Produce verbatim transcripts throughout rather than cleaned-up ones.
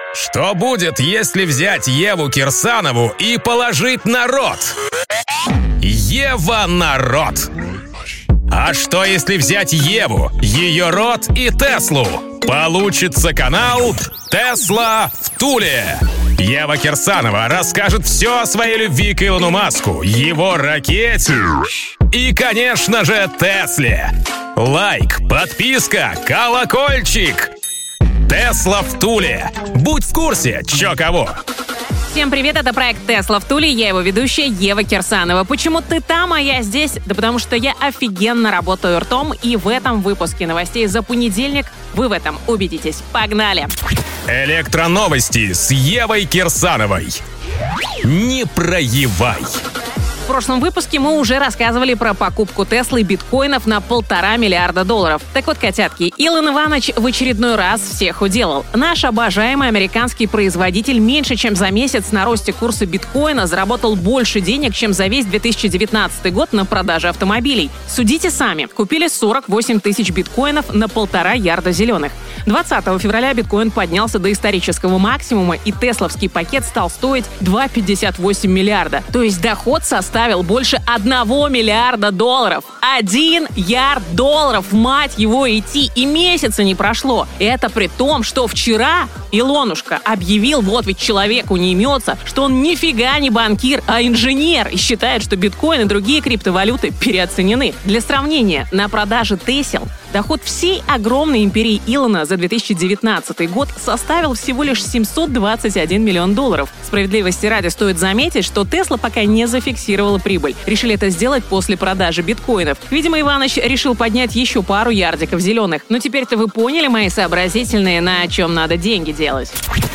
Что будет, если взять Еву Кирсанову и положить на рот? Ева на рот. А что, если взять Еву, ее рот и Теслу? Получится канал «Тесла в Туле». Ева Кирсанова расскажет все о своей любви к Илону Маску, его ракете и, конечно же, Тесле. Лайк, подписка, колокольчик. «Тесла в Туле». Будь в курсе, чё кого. Всем привет, это проект «Тесла в Туле», я его ведущая Ева Кирсанова. Почему ты там, а я здесь? Да потому что я офигенно работаю ртом, и в этом выпуске новостей за понедельник вы в этом убедитесь. Погнали! Электроновости с Евой Кирсановой. Не проевай! В прошлом выпуске мы уже рассказывали про покупку Теслы биткоинов на полтора миллиарда долларов. Так вот, котятки, Илон Иванович в очередной раз всех уделал. Наш обожаемый американский производитель меньше чем за месяц на росте курса биткоина заработал больше денег, чем за весь две тысячи девятнадцатый год на продаже автомобилей. Судите сами. Купили сорок восемь тысяч биткоинов на полтора ярда зеленых. двадцатого февраля биткоин поднялся до исторического максимума, и тесловский пакет стал стоить два целых пятьдесят восемь сотых миллиарда. То есть доход составил больше одного миллиарда долларов. Один ярд долларов, мать его, идти, и месяца не прошло. Это при том, что вчера Илонушка объявил, вот ведь человеку не имется, что он нифига не банкир, а инженер, и считает, что биткоин и другие криптовалюты переоценены. Для сравнения, на продаже Тесел доход всей огромной империи Илона за две тысячи девятнадцатый год составил всего лишь семьсот двадцать один миллион долларов. Справедливости ради стоит заметить, что Тесла пока не зафиксировала прибыль. Решили это сделать после продажи биткоинов. Видимо, Иваныч решил поднять еще пару ярдиков зеленых. Но теперь-то вы поняли, мои сообразительные, на чем надо деньги делать.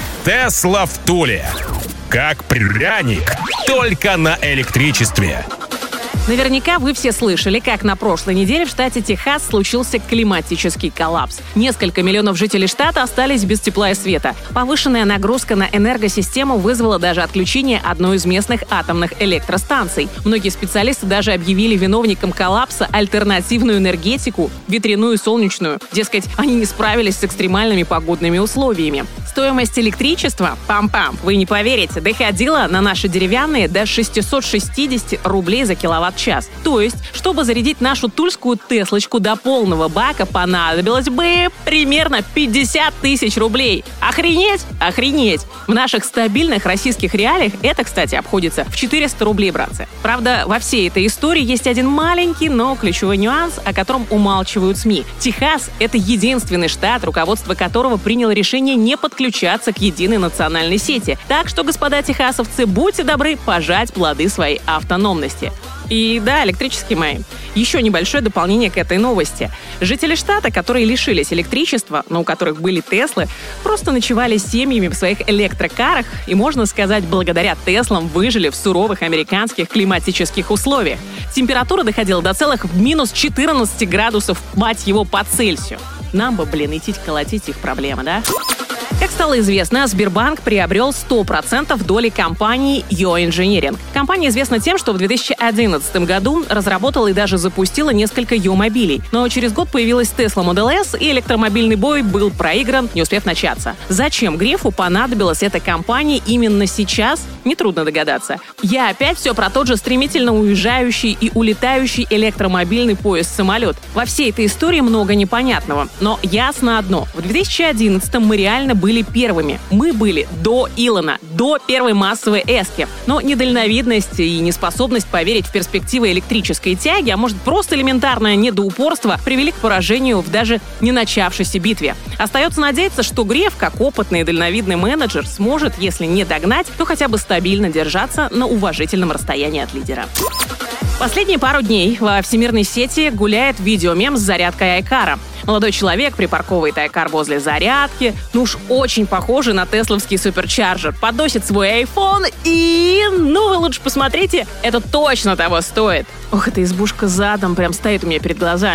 Тесла в Туле. Как пряник, только на электричестве. Наверняка вы все слышали, как на прошлой неделе в штате Техас случился климатический коллапс. Несколько миллионов жителей штата остались без тепла и света. Повышенная нагрузка на энергосистему вызвала даже отключение одной из местных атомных электростанций. Многие специалисты даже объявили виновником коллапса альтернативную энергетику, ветряную и солнечную. Дескать, они не справились с экстремальными погодными условиями. Стоимость электричества, пам-пам, вы не поверите, доходила на наши деревянные до шестьсот шестьдесят рублей за киловатт час. То есть, чтобы зарядить нашу тульскую Теслочку до полного бака, понадобилось бы примерно пятьдесят тысяч рублей. Охренеть? Охренеть! В наших стабильных российских реалиях это, кстати, обходится в четыреста рублей, братцы. Правда, во всей этой истории есть один маленький, но ключевой нюанс, о котором умалчивают СМИ. Техас — это единственный штат, руководство которого приняло решение не подключаться к единой национальной сети. Так что, господа техасовцы, будьте добры пожать плоды своей автономности. И да, электрические мои. Еще небольшое дополнение к этой новости. Жители штата, которые лишились электричества, но у которых были Теслы, просто ночевали с семьями в своих электрокарах и, можно сказать, благодаря Теслам выжили в суровых американских климатических условиях. Температура доходила до целых минус четырнадцать градусов, мать его, по Цельсию. Нам бы, блин, идти колотить их проблемы, да? Как стало известно, Сбербанк приобрел сто процентов доли компании Yo Engineering. Компания известна тем, что в две тысячи одиннадцатом году разработала и даже запустила несколько Yo-мобилей. Но через год появилась Tesla Model S, и электромобильный бой был проигран, не успев начаться. Зачем Грефу понадобилась эта компания именно сейчас, нетрудно догадаться. Я опять все про тот же стремительно уезжающий и улетающий электромобильный поезд-самолет. Во всей этой истории много непонятного. Но ясно одно. В две тысячи одиннадцатом мы реально были первыми. Мы были до Илона, до первой массовой эски. Но недальновидность и неспособность поверить в перспективы электрической тяги, а может просто элементарное недоупорство, привели к поражению в даже не начавшейся битве. Остается надеяться, что Греф, как опытный и дальновидный менеджер, сможет, если не догнать, то хотя бы стабильно держаться на уважительном расстоянии от лидера. Последние пару дней во всемирной сети гуляет видеомем с зарядкой Айкара. Молодой человек припарковывает Айкар возле зарядки, ну уж очень похожий на тесловский суперчарджер, подносит свой айфон и... Ну, вы лучше посмотрите, это точно того стоит. Ох, эта избушка задом прям стоит у меня перед глазами.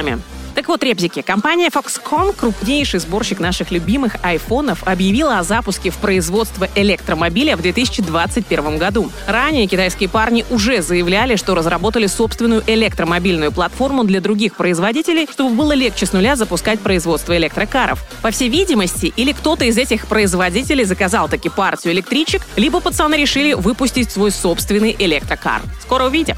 Так вот, ребзики, компания Foxconn, крупнейший сборщик наших любимых айфонов, объявила о запуске в производство электромобиля в две тысячи двадцать первом году. Ранее китайские парни уже заявляли, что разработали собственную электромобильную платформу для других производителей, чтобы было легче с нуля запускать производство электрокаров. По всей видимости, или кто-то из этих производителей заказал таки партию электричек, либо пацаны решили выпустить свой собственный электрокар. Скоро увидим.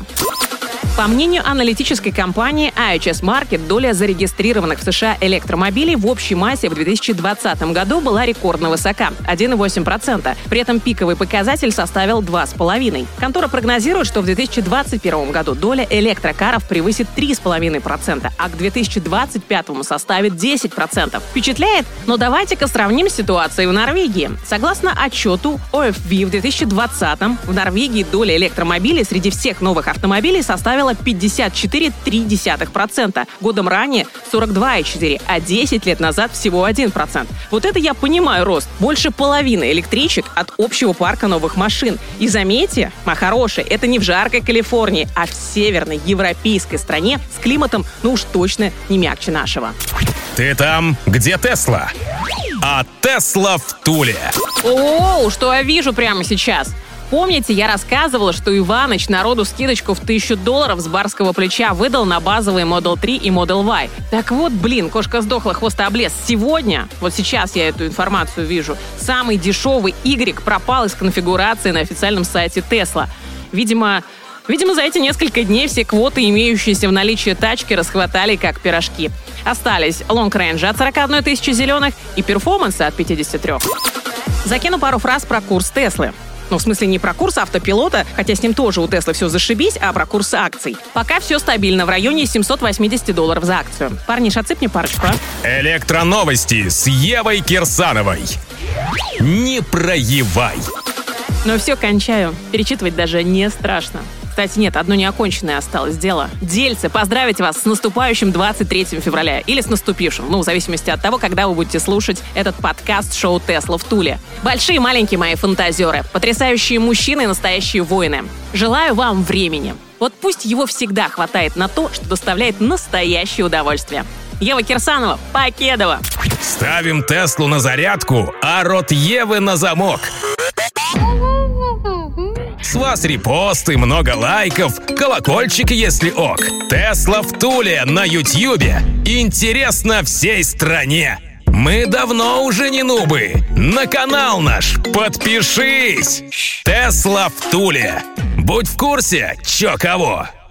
По мнению аналитической компании эй эйч эс Markit, доля зарегистрированных в США электромобилей в общей массе в две тысячи двадцатом году была рекордно высока – один целых восемь десятых процента. При этом пиковый показатель составил два целых пять десятых процента. Контора прогнозирует, что в две тысячи двадцать первом году доля электрокаров превысит три целых пять десятых процента, а к две тысячи двадцать пятому составит десять процентов. Впечатляет? Но давайте-ка сравним с ситуацией в Норвегии. Согласно отчету о эф ви, в две тысячи двадцатом в Норвегии доля электромобилей среди всех новых автомобилей составила пятьдесят четыре целых три десятых процента. Годом ранее сорок два целых четыре десятых процента, а десять лет назад всего один процент. Вот это я понимаю рост. Больше половины электричек от общего парка новых машин. И заметьте, мои хорошие, это не в жаркой Калифорнии, а в северной европейской стране с климатом, ну уж точно не мягче нашего. Ты там, где Тесла? А Тесла в Туле. О, что я вижу прямо сейчас? Помните, я рассказывала, что Иваныч народу скидочку в тысячу долларов с барского плеча выдал на базовые Model три и Model Y. Так вот, блин, кошка сдохла, хвост облез. Сегодня, вот сейчас я эту информацию вижу, самый дешевый Y пропал из конфигурации на официальном сайте Tesla. Видимо, видимо, за эти несколько дней все квоты, имеющиеся в наличии тачки, расхватали как пирожки. Остались Long Range от сорок одной тысячи зеленых и перформансы от пятидесяти трёх. Закину пару фраз про курс Теслы. Ну, в смысле, не про курс автопилота, хотя с ним тоже у Теслы все зашибись, а про курс акций. Пока все стабильно, в районе семьсот восемьдесят долларов за акцию. Парниш, отсыпни парочку, а? Электроновости с Евой Кирсановой. Не проевай. Ну все, кончаю. Перечитывать даже не страшно. Кстати, нет, одно неоконченное осталось дело. Дельцы, поздравить вас с наступающим двадцать третьим февраля или с наступившим, ну, в зависимости от того, когда вы будете слушать этот подкаст шоу «Тесла в Туле». Большие и маленькие мои фантазеры, потрясающие мужчины и настоящие воины. Желаю вам времени. Вот пусть его всегда хватает на то, что доставляет настоящее удовольствие. Ева Кирсанова, Покедова. Ставим Теслу на зарядку, а рот Евы на замок. С вас репосты, много лайков, колокольчик, если ок. Тесла в Туле на Ютьюбе. Интересно всей стране. Мы давно уже не нубы. На канал наш подпишись. Тесла в Туле. Будь в курсе, чё кого.